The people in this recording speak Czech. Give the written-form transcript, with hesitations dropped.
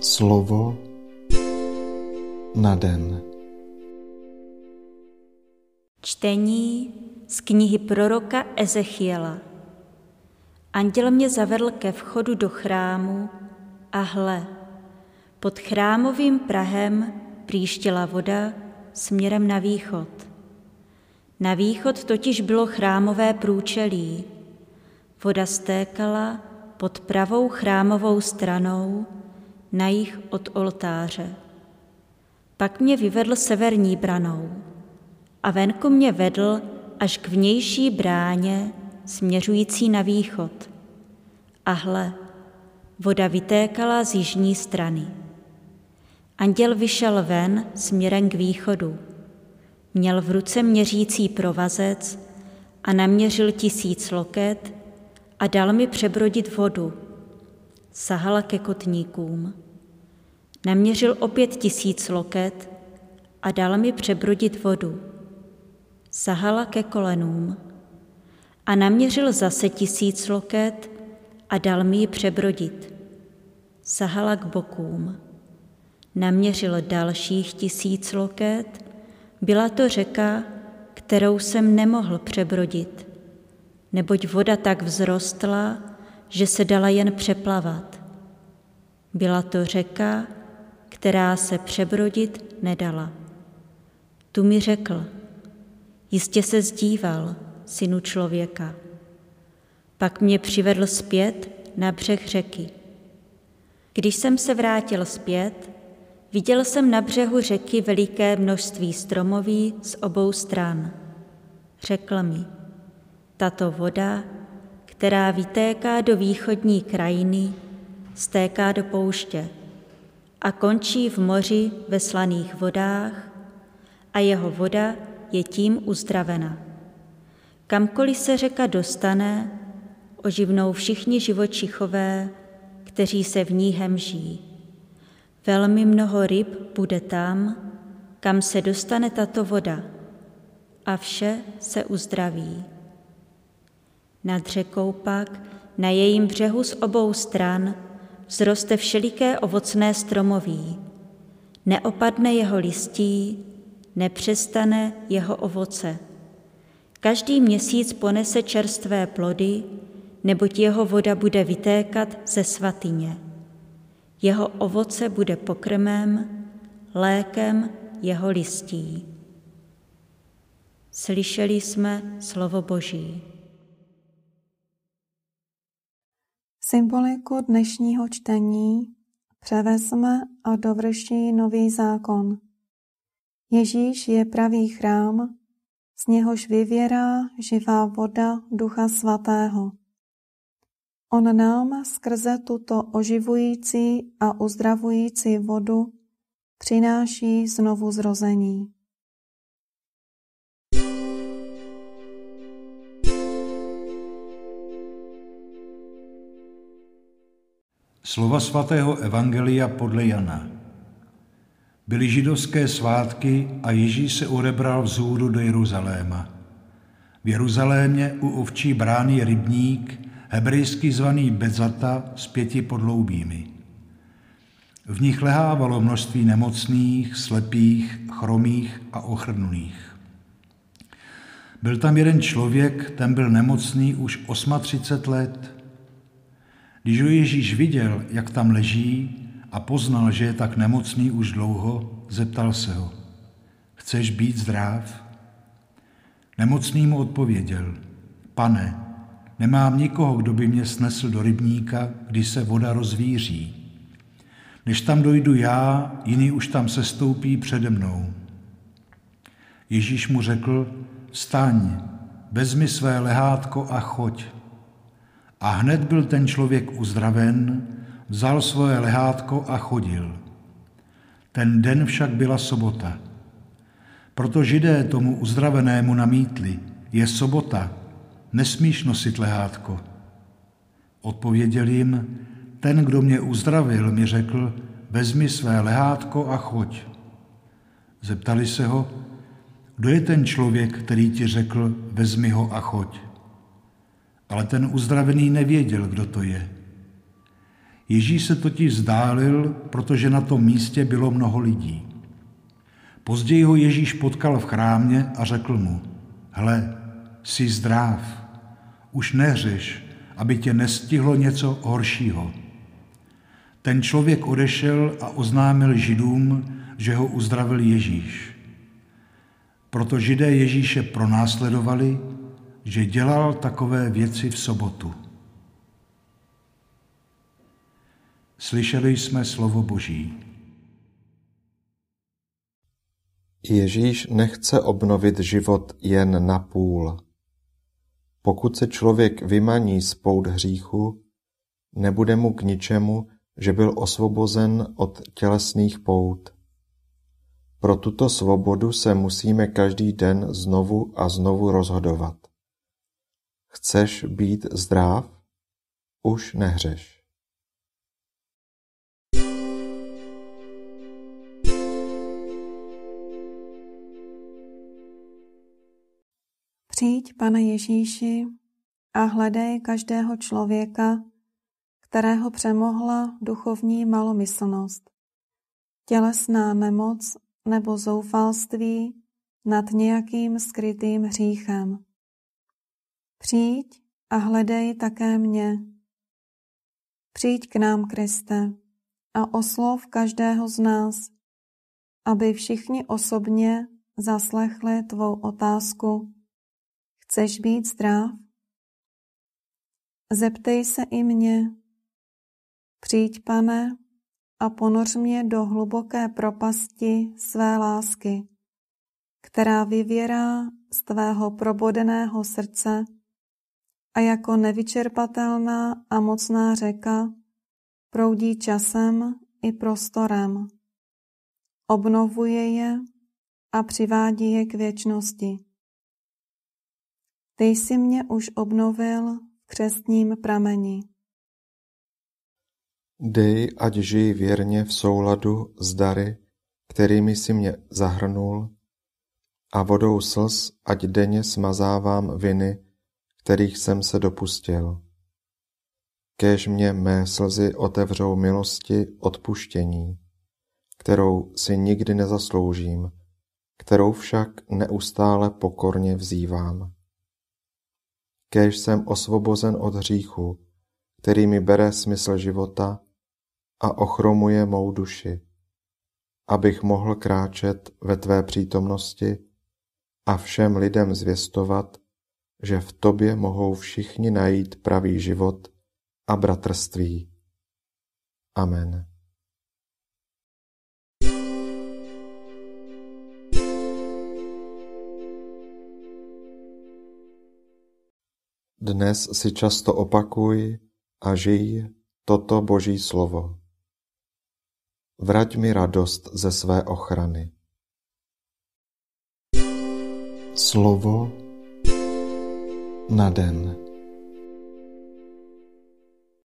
Slovo na den. Čtení z knihy proroka Ezechiela. Anděl mě zavedl ke vchodu do chrámu a hle, pod chrámovým prahem prýštěla voda směrem na východ. Na východ totiž bylo chrámové průčelí. Voda stékala pod pravou chrámovou stranou na jih od oltáře. Pak mě vyvedl severní branou a venku mě vedl až k vnější bráně směřující na východ. A hle, voda vytékala z jižní strany. Anděl vyšel ven směrem k východu. Měl v ruce měřící provazec a naměřil 1000 loket a dal mi přebrodit vodu. Sahala ke kotníkům. Naměřil opět 1000 loket a dal mi přebrodit vodu. Sahala ke kolenům. A naměřil zase 1000 loket a dal mi ji přebrodit. Sahala k bokům. Naměřil dalších 1000 loket, byla to řeka, kterou jsem nemohl přebrodit, neboť voda tak vzrostla, že se dala jen přeplavat. Byla to řeka, která se přebrodit nedala. Tu mi řekl, jistě se zdíval, synu člověka. Pak mě přivedl zpět na břeh řeky. Když jsem se vrátil zpět, viděl jsem na břehu řeky veliké množství stromoví z obou stran. Řekl mi, tato voda, která vytéká do východní krajiny, stéká do pouště a končí v moři ve slaných vodách a jeho voda je tím uzdravena. Kamkoliv se řeka dostane, oživnou všichni živočichové, kteří se v ní hemží. Velmi mnoho ryb bude tam, kam se dostane tato voda, a vše se uzdraví. Nad řekou pak, na jejím břehu z obou stran, vzroste všeliké ovocné stromoví. Neopadne jeho listí, nepřestane jeho ovoce. Každý měsíc ponese čerstvé plody, neboť jeho voda bude vytékat ze svatyně. Jeho ovoce bude pokrmem, lékem jeho listí. Slyšeli jsme slovo Boží. Symboliku dnešního čtení převezme a dovrší nový zákon. Ježíš je pravý chrám, z něhož vyvěrá živá voda Ducha Svatého. On nám skrze tuto oživující a uzdravující vodu přináší znovu zrození. Slova svatého evangelia podle Jana. Byly židovské svátky a Ježíš se odebral vzhůru do Jeruzaléma. V Jeruzalémě u ovčí brány je rybník, hebrejsky zvaný Betzata s 5 podloubími. V nich lehávalo množství nemocných, slepých, chromých a ochrnulých. Byl tam jeden člověk, ten byl nemocný už 38 let. Když ho Ježíš viděl, jak tam leží a poznal, že je tak nemocný už dlouho, zeptal se ho, chceš být zdrav? Nemocný mu odpověděl, Pane, nemám nikoho, kdo by mě snesl do rybníka, když se voda rozvíří. Než tam dojdu já, jiný už tam sestoupí přede mnou. Ježíš mu řekl, vstaň, vezmi své lehátko a choď. A hned byl ten člověk uzdraven, vzal svoje lehátko a chodil. Ten den však byla sobota. Proto Židé tomu uzdravenému namítli, je sobota, nesmíš nosit lehátko. Odpověděl jim, ten, kdo mě uzdravil, mi řekl, vezmi své lehátko a choď. Zeptali se ho, kdo je ten člověk, který ti řekl, vezmi ho a choď. Ale ten uzdravený nevěděl, kdo to je. Ježíš se totiž vzdálil, protože na tom místě bylo mnoho lidí. Později ho Ježíš potkal v chrámě a řekl mu: Hle, jsi zdrav, už nehřeš, aby tě nestihlo něco horšího. Ten člověk odešel a oznámil Židům, že ho uzdravil Ježíš. Proto Židé Ježíše pronásledovali, že dělal takové věci v sobotu. Slyšeli jsme slovo Boží. Ježíš nechce obnovit život jen na půl. Pokud se člověk vymaní z pout hříchu, nebude mu k ničemu, že byl osvobozen od tělesných pout. Pro tuto svobodu se musíme každý den znovu a znovu rozhodovat. Chceš být zdrav? Už nehřeš. Přijď, Pane Ježíši, a hledej každého člověka, kterého přemohla duchovní malomyslnost, tělesná nemoc nebo zoufalství nad nějakým skrytým hříchem. Přijď a hledej také mě. Přijď k nám, Kriste, a oslov každého z nás, aby všichni osobně zaslechli tvou otázku: Chceš být zdrav? Zeptej se i mě. Přijď, Pane, a ponoř mě do hluboké propasti své lásky, která vyvěrá z tvého probodeného srdce a jako nevyčerpatelná a mocná řeka proudí časem i prostorem. Obnovuje je a přivádí je k věčnosti. Ty jsi mě už obnovil v křestním prameni. Dej, ať žiji věrně v souladu s dary, kterými jsi mě zahrnul, a vodou slz ať denně smazávám viny, kterých jsem se dopustil. Kéž mě mé slzy otevřou milosti odpuštění, kterou si nikdy nezasloužím, kterou však neustále pokorně vzývám. Kéž jsem osvobozen od hříchu, který mi bere smysl života a ochromuje mou duši, abych mohl kráčet ve tvé přítomnosti a všem lidem zvěstovat, že v tobě mohou všichni najít pravý život a bratrství. Amen. Dnes si často opakuj a žij toto Boží slovo. Vrať mi radost ze své ochrany. Slovo na den.